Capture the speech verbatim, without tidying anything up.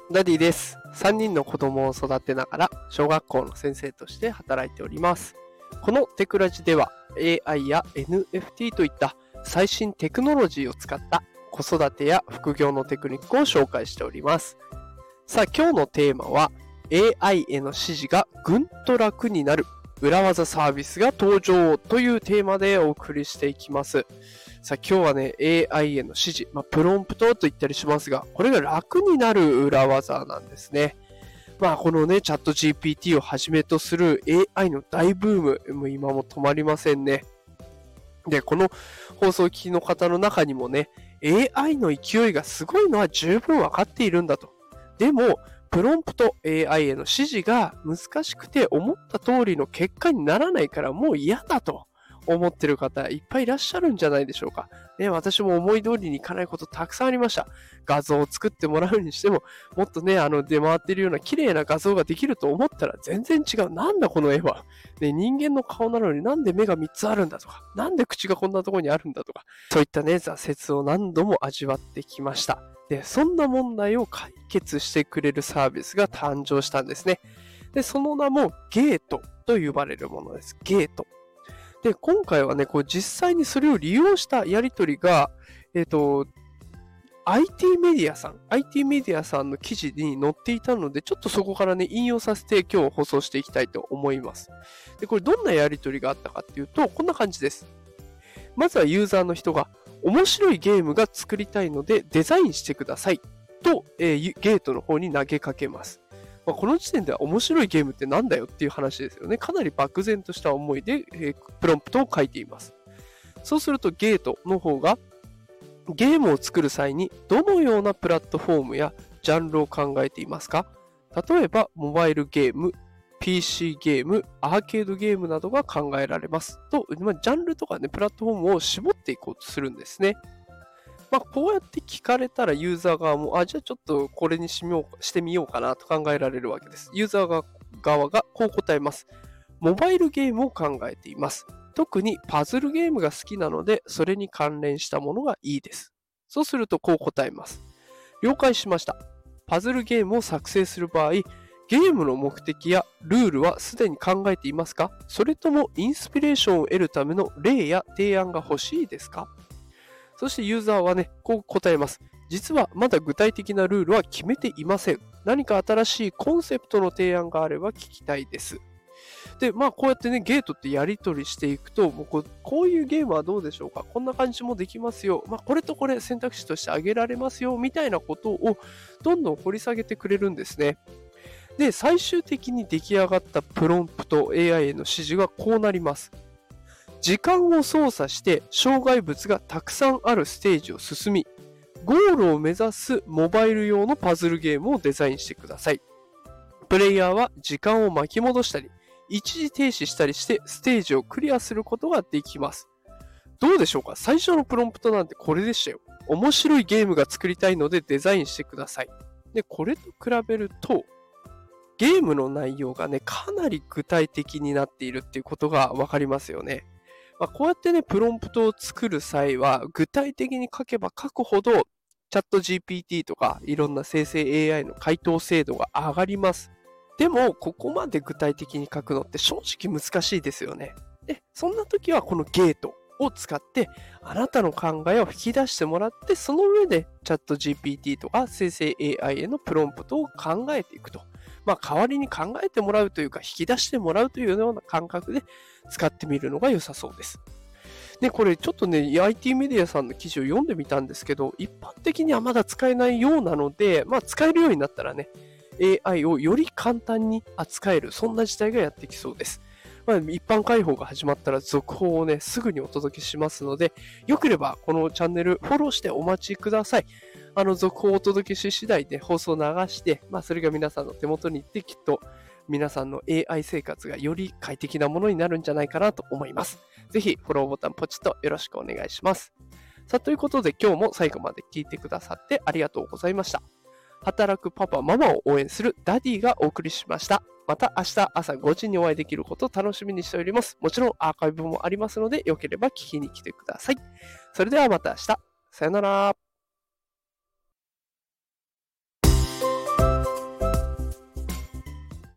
ダディです。さんにんの子供を育てながら小学校の先生として働いております。このテクラジでは エーアイ や エヌエフティー といった最新テクノロジーを使った子育てや副業のテクニックを紹介しております。さあ今日のテーマは エーアイ への指示がぐんと楽になる裏技サービスが登場というテーマでお送りしていきます。さあ今日はね エーアイ への指示、まあ、プロンプトと言ったりしますが、これが楽になる裏技なんですね。まあこのねチャット ジーピーティー をはじめとする エーアイ の大ブーム、もう今も止まりませんね。で、この放送を聞きの方の中にもね、エーアイ の勢いがすごいのは十分わかっているんだと。でも、プロンプト エーアイ への指示が難しくて思った通りの結果にならないからもう嫌だと思ってる方いっぱいいらっしゃるんじゃないでしょうか。ね、私も思い通りにいかないことたくさんありました。画像を作ってもらうにしても、もっとね、あの出回っているような綺麗な画像ができると思ったら全然違う。なんだこの絵は。ね、人間の顔なのになんで目がみっつあるんだとか、なんで口がこんなところにあるんだとか、そういったね、挫折を何度も味わってきました。で、そんな問題を解決してくれるサービスが誕生したんですね。で、その名もゲートと呼ばれるものです。ゲート。で、今回はね、こう実際にそれを利用したやりとりが、えっと、アイティー メディアさん、アイティー メディアさんの記事に載っていたので、ちょっとそこからね、引用させて今日放送していきたいと思います。で、これどんなやりとりがあったかっていうと、こんな感じです。まずはユーザーの人が、面白いゲームが作りたいのでデザインしてくださいと、えー、ゲートの方に投げかけます。まあ、この時点では面白いゲームってなんだよっていう話ですよね。かなり漠然とした思いで、えー、プロンプトを書いています。そうするとゲートの方がゲームを作る際にどのようなプラットフォームやジャンルを考えていますか？例えばモバイルゲーム、ピーシー ゲーム、アーケードゲームなどが考えられますと、まあ、ジャンルとかね、プラットフォームを絞っていこうとするんですね。まあ、こうやって聞かれたらユーザー側も、あ、じゃあちょっとこれにしみようしてみようかなと考えられるわけです。ユーザー側がこう答えます。モバイルゲームを考えています。特にパズルゲームが好きなので、それに関連したものがいいです。そうするとこう答えます。了解しました。パズルゲームを作成する場合、ゲームの目的やルールはすでに考えていますか？それともインスピレーションを得るための例や提案が欲しいですか？そしてユーザーはね、こう答えます。実はまだ具体的なルールは決めていません。何か新しいコンセプトの提案があれば聞きたいです。で、まあこうやってね、ゲートってやり取りしていくと、もうこうこういうゲームはどうでしょうか？こんな感じもできますよ。まあこれとこれ選択肢として挙げられますよ。みたいなことをどんどん掘り下げてくれるんですね。で、最終的に出来上がったプロンプト エーアイ への指示がこうなります。時間を操作して障害物がたくさんあるステージを進み、ゴールを目指すモバイル用のパズルゲームをデザインしてください。プレイヤーは時間を巻き戻したり、一時停止したりしてステージをクリアすることができます。どうでしょうか？最初のプロンプトなんてこれでしたよ。面白いゲームが作りたいのでデザインしてください。で、これと比べると、ゲームの内容がね、かなり具体的になっているっていうことがわかりますよね。まあ、こうやってね、プロンプトを作る際は、具体的に書けば書くほど、チャット ジーピーティー とかいろんな生成 エーアイ の回答精度が上がります。でも、ここまで具体的に書くのって正直難しいですよね。で、そんな時はこのゲートを使って、あなたの考えを引き出してもらって、その上でチャット ジーピーティー とか生成 エーアイ へのプロンプトを考えていくと。まあ、代わりに考えてもらうというか、引き出してもらうというような感覚で使ってみるのが良さそうです。で、これちょっとね、アイティー メディアさんの記事を読んでみたんですけど、一般的にはまだ使えないようなので、まあ、使えるようになったらね、エーアイ をより簡単に扱える、そんな時代がやってきそうです。まあ、一般開放が始まったら続報をね、すぐにお届けしますので、よければこのチャンネルフォローしてお待ちください。あの、続報をお届けし次第で放送を流して、まあ、それが皆さんの手元に行って、きっと皆さんの エーアイ 生活がより快適なものになるんじゃないかなと思います。ぜひフォローボタンポチッとよろしくお願いします。さあ、ということで今日も最後まで聞いてくださってありがとうございました。働くパパママを応援するダディがお送りしました。また明日朝ごじにお会いできることを楽しみにしております。もちろんアーカイブもありますので、よければ聞きに来てください。それではまた明日。さよなら。